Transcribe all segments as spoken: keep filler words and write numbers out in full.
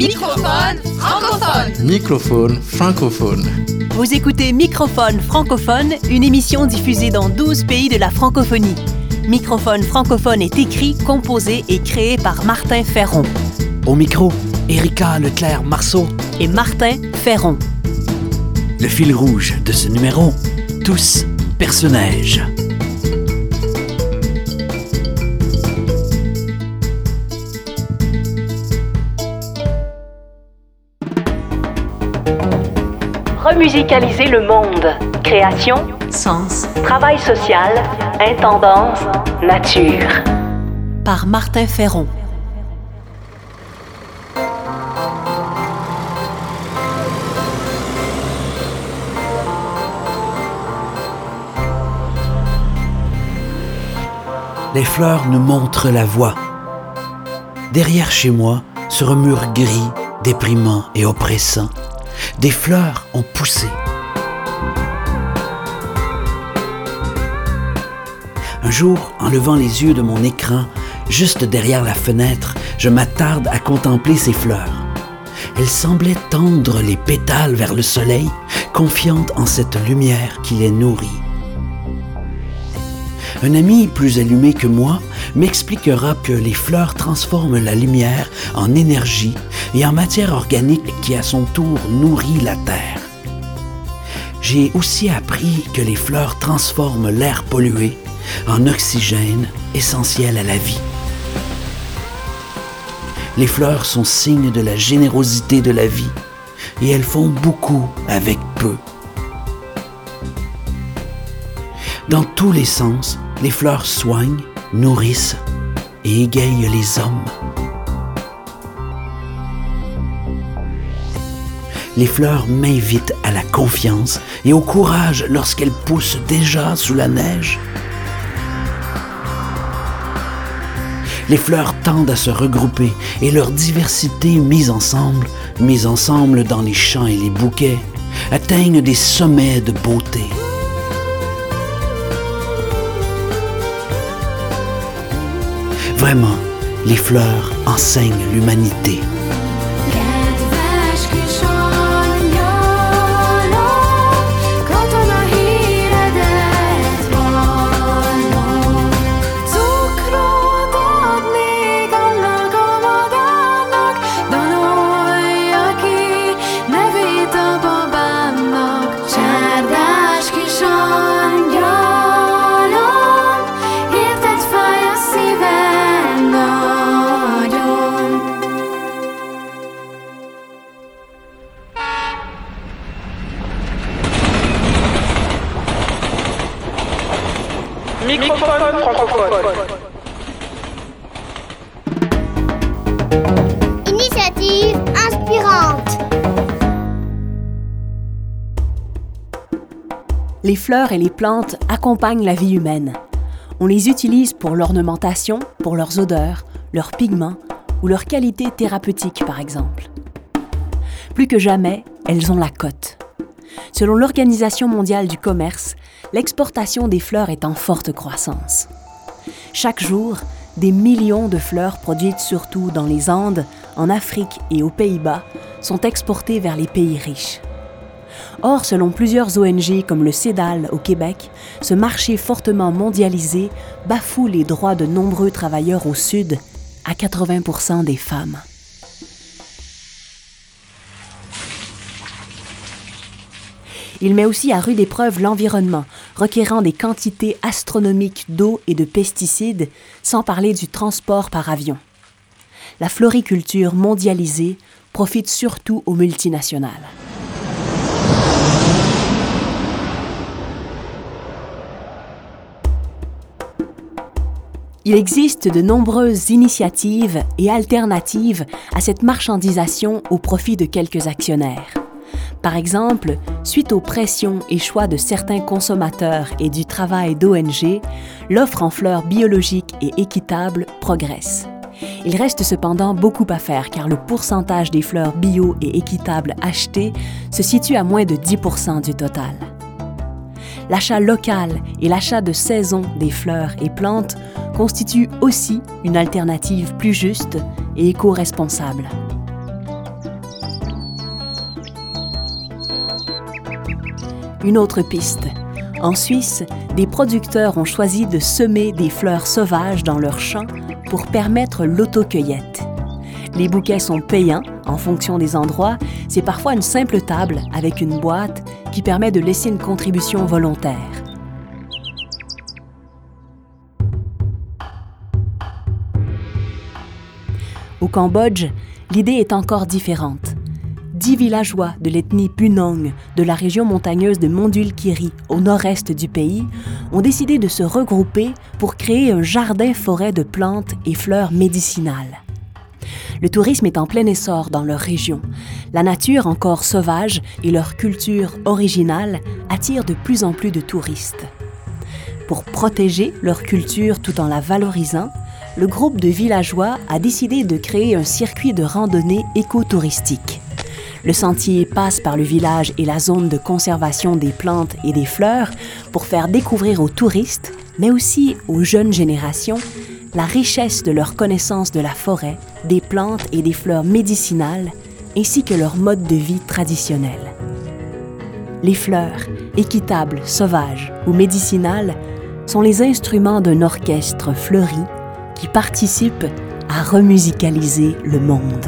Microphone francophone. Microphone francophone. Vous écoutez Microphone francophone, une émission diffusée dans douze pays de la francophonie. Microphone francophone est écrit, composé et créé par Martin Ferron. Au micro, Erika Leclerc-Marceau et Martin Ferron. Le fil rouge de ce numéro, tous personnages. Remusicaliser le monde. Création, Sens, travail social, intendance, nature. Par Martin Ferron. Les fleurs nous montrent la voie. Derrière chez moi, sur un mur gris, déprimant et oppressant, des fleurs ont poussé. Un jour, en levant les yeux de mon écran, juste derrière la fenêtre, je m'attarde à contempler ces fleurs. Elles semblaient tendre les pétales vers le soleil, confiantes en cette lumière qui les nourrit. Un ami plus allumé que moi m'expliquera que les fleurs transforment la lumière en énergie et en matière organique qui à son tour nourrit la terre. J'ai aussi appris que les fleurs transforment l'air pollué en oxygène essentiel à la vie. Les fleurs sont signes de la générosité de la vie et elles font beaucoup avec peu. Dans tous les sens, les fleurs soignent, nourrissent et égayent les hommes. Les fleurs m'invitent à la confiance et au courage lorsqu'elles poussent déjà sous la neige. Les fleurs tendent à se regrouper et leur diversité mise ensemble, mise ensemble dans les champs et les bouquets, atteignent des sommets de beauté. Vraiment, les fleurs enseignent l'humanité. Microphone francophone. Initiative inspirante. Les fleurs et les plantes accompagnent la vie humaine. On les utilise pour l'ornementation, pour leurs odeurs, leurs pigments ou leurs qualités thérapeutiques, par exemple. Plus que jamais, elles ont la cote. Selon l'Organisation mondiale du commerce, l'exportation des fleurs est en forte croissance. Chaque jour, des millions de fleurs produites surtout dans les Andes, en Afrique et aux Pays-Bas sont exportées vers les pays riches. Or, selon plusieurs O N G comme le CEDAL au Québec, ce marché fortement mondialisé bafoue les droits de nombreux travailleurs au Sud, à quatre-vingts pour cent des femmes. Il met aussi à rude épreuve l'environnement, requérant des quantités astronomiques d'eau et de pesticides, sans parler du transport par avion. La floriculture mondialisée profite surtout aux multinationales. Il existe de nombreuses initiatives et alternatives à cette marchandisation au profit de quelques actionnaires. Par exemple, suite aux pressions et choix de certains consommateurs et du travail d'O N G, l'offre en fleurs biologiques et équitables progresse. Il reste cependant beaucoup à faire car le pourcentage des fleurs bio et équitables achetées se situe à moins de dix pour cent du total. L'achat local et l'achat de saison des fleurs et plantes constituent aussi une alternative plus juste et éco-responsable. Une autre piste. En Suisse, des producteurs ont choisi de semer des fleurs sauvages dans leurs champs pour permettre l'autocueillette. Les bouquets sont payants en fonction des endroits. C'est parfois une simple table avec une boîte qui permet de laisser une contribution volontaire. Au Cambodge, l'idée est encore différente. Dix villageois de l'ethnie Bunong de la région montagneuse de Mondulkiri, au nord-est du pays, ont décidé de se regrouper pour créer un jardin-forêt de plantes et fleurs médicinales. Le tourisme est en plein essor dans leur région. La nature encore sauvage et leur culture originale attirent de plus en plus de touristes. Pour protéger leur culture tout en la valorisant, le groupe de villageois a décidé de créer un circuit de randonnée écotouristique. Le sentier passe par le village et la zone de conservation des plantes et des fleurs pour faire découvrir aux touristes, mais aussi aux jeunes générations, la richesse de leur connaissance de la forêt, des plantes et des fleurs médicinales, ainsi que leur mode de vie traditionnel. Les fleurs, équitables, sauvages ou médicinales, sont les instruments d'un orchestre fleuri qui participe à remusicaliser le monde.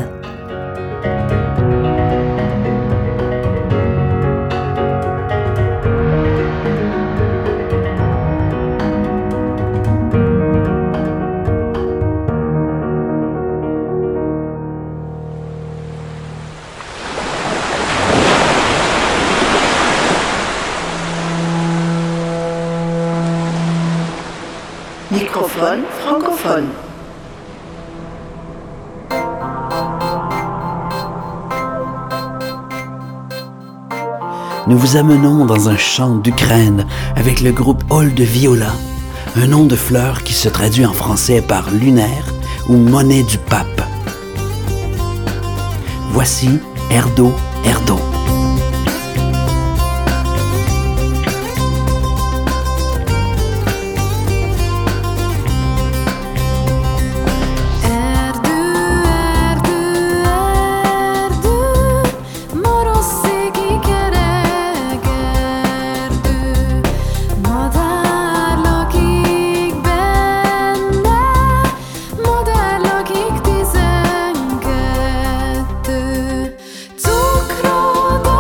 Microphone francophone. Nous vous amenons dans un champ d'Ukraine avec le groupe Hall de Viola, un nom de fleur qui se traduit en français par lunaire ou monnaie du pape. Voici Erdo Erdo. Cukru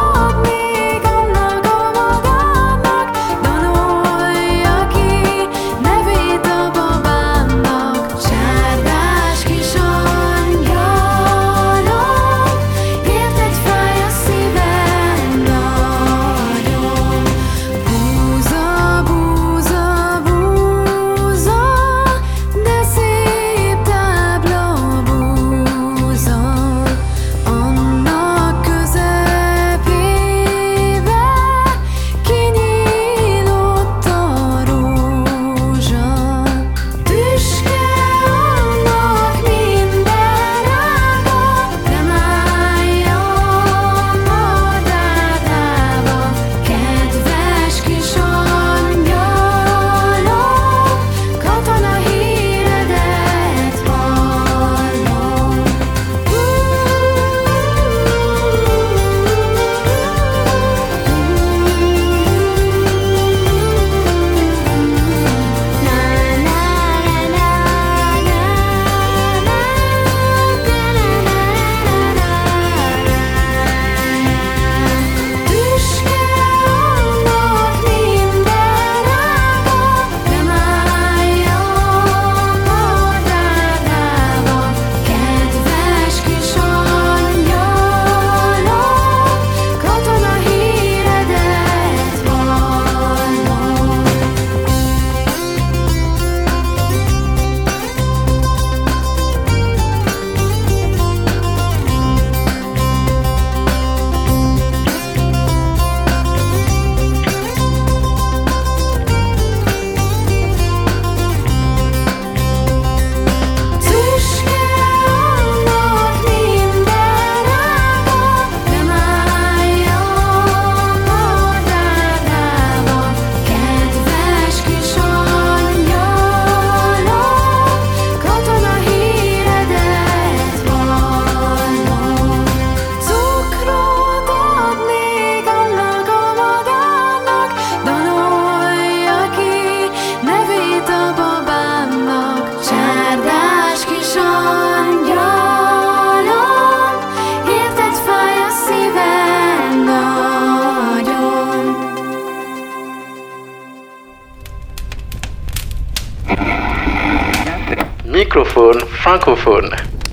Microphone francophone.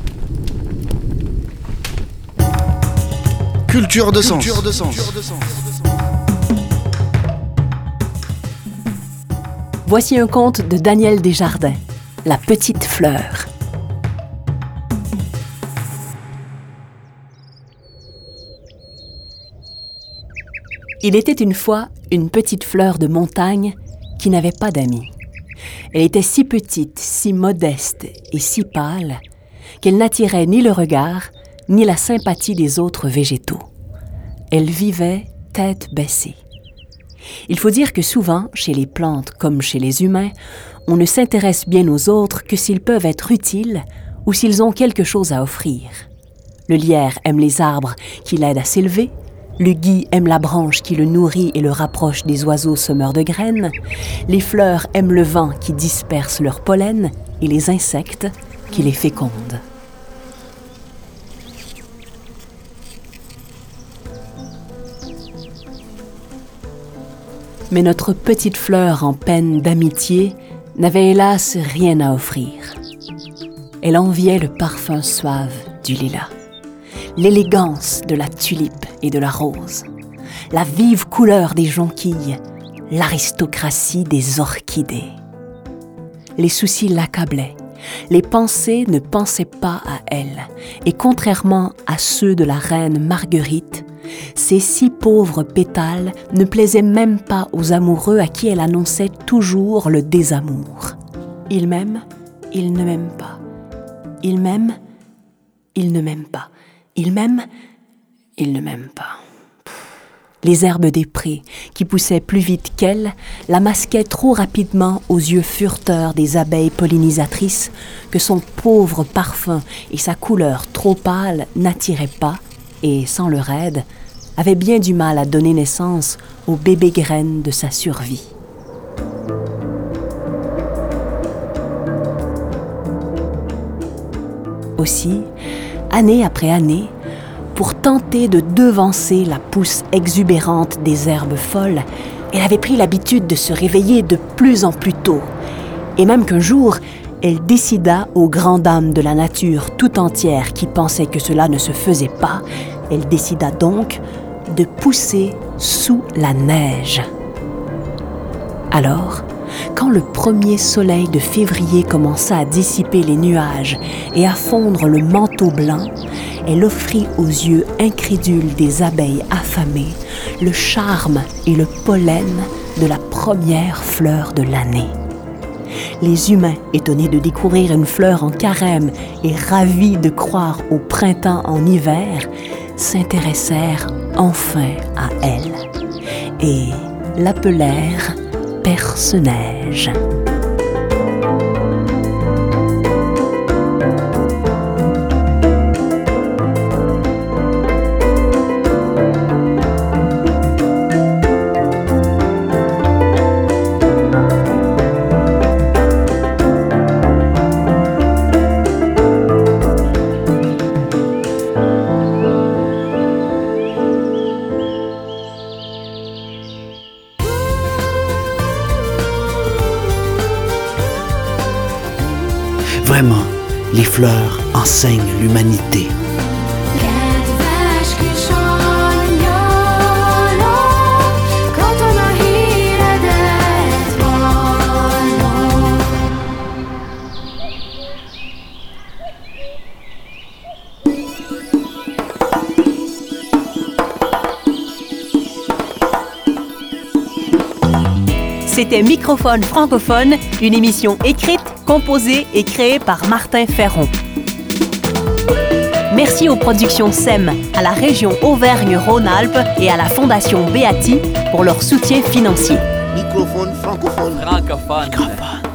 Culture de sens. Culture de sens. Voici un conte de Daniel Desjardins, La petite fleur. Il était une fois une petite fleur de montagne qui n'avait pas d'amis. Elle était si petite, si modeste et si pâle qu'elle n'attirait ni le regard ni la sympathie des autres végétaux. Elle vivait tête baissée. Il faut dire que souvent, chez les plantes comme chez les humains, on ne s'intéresse bien aux autres que s'ils peuvent être utiles ou s'ils ont quelque chose à offrir. Le lierre aime les arbres qui l'aident à s'élever, le gui aime la branche qui le nourrit et le rapproche des oiseaux semeurs de graines, les fleurs aiment le vent qui disperse leur pollen et les insectes qui les fécondent. Mais notre petite fleur en peine d'amitié n'avait hélas rien à offrir. Elle enviait le parfum suave du lilas, l'élégance de la tulipe et de la rose, la vive couleur des jonquilles, l'aristocratie des orchidées. Les soucis l'accablaient, les pensées ne pensaient pas à elle, et contrairement à ceux de la reine Marguerite, ces si pauvres pétales ne plaisaient même pas aux amoureux à qui elle annonçait toujours le désamour. Il m'aime, il ne m'aime pas. Il m'aime, il ne m'aime pas. Il m'aime, il ne m'aime pas. Les herbes des prés, qui poussaient plus vite qu'elle, la masquaient trop rapidement aux yeux fureteurs des abeilles pollinisatrices que son pauvre parfum et sa couleur trop pâle n'attiraient pas et, sans leur aide, avait bien du mal à donner naissance aux bébés graines de sa survie. Aussi, année après année, pour tenter de devancer la pousse exubérante des herbes folles, elle avait pris l'habitude de se réveiller de plus en plus tôt, et même qu'un jour, elle décida aux grandes dames de la nature tout entière qui pensaient que cela ne se faisait pas, elle décida donc de pousser sous la neige. Alors, quand le premier soleil de février commença à dissiper les nuages et à fondre le manteau blanc, elle offrit aux yeux incrédules des abeilles affamées le charme et le pollen de la première fleur de l'année. Les humains, étonnés de découvrir une fleur en carême et ravis de croire au printemps en hiver, s'intéressèrent enfin à elle et l'appelèrent Perce-Neige. Vraiment, les fleurs enseignent l'humanité. C'était Microphone francophone, une émission écrite, composée et créée par Martin Ferron. Merci aux productions S E M, à la région Auvergne-Rhône-Alpes et à la Fondation Beati pour leur soutien financier. Microphone francophone. Francophone. Microphone.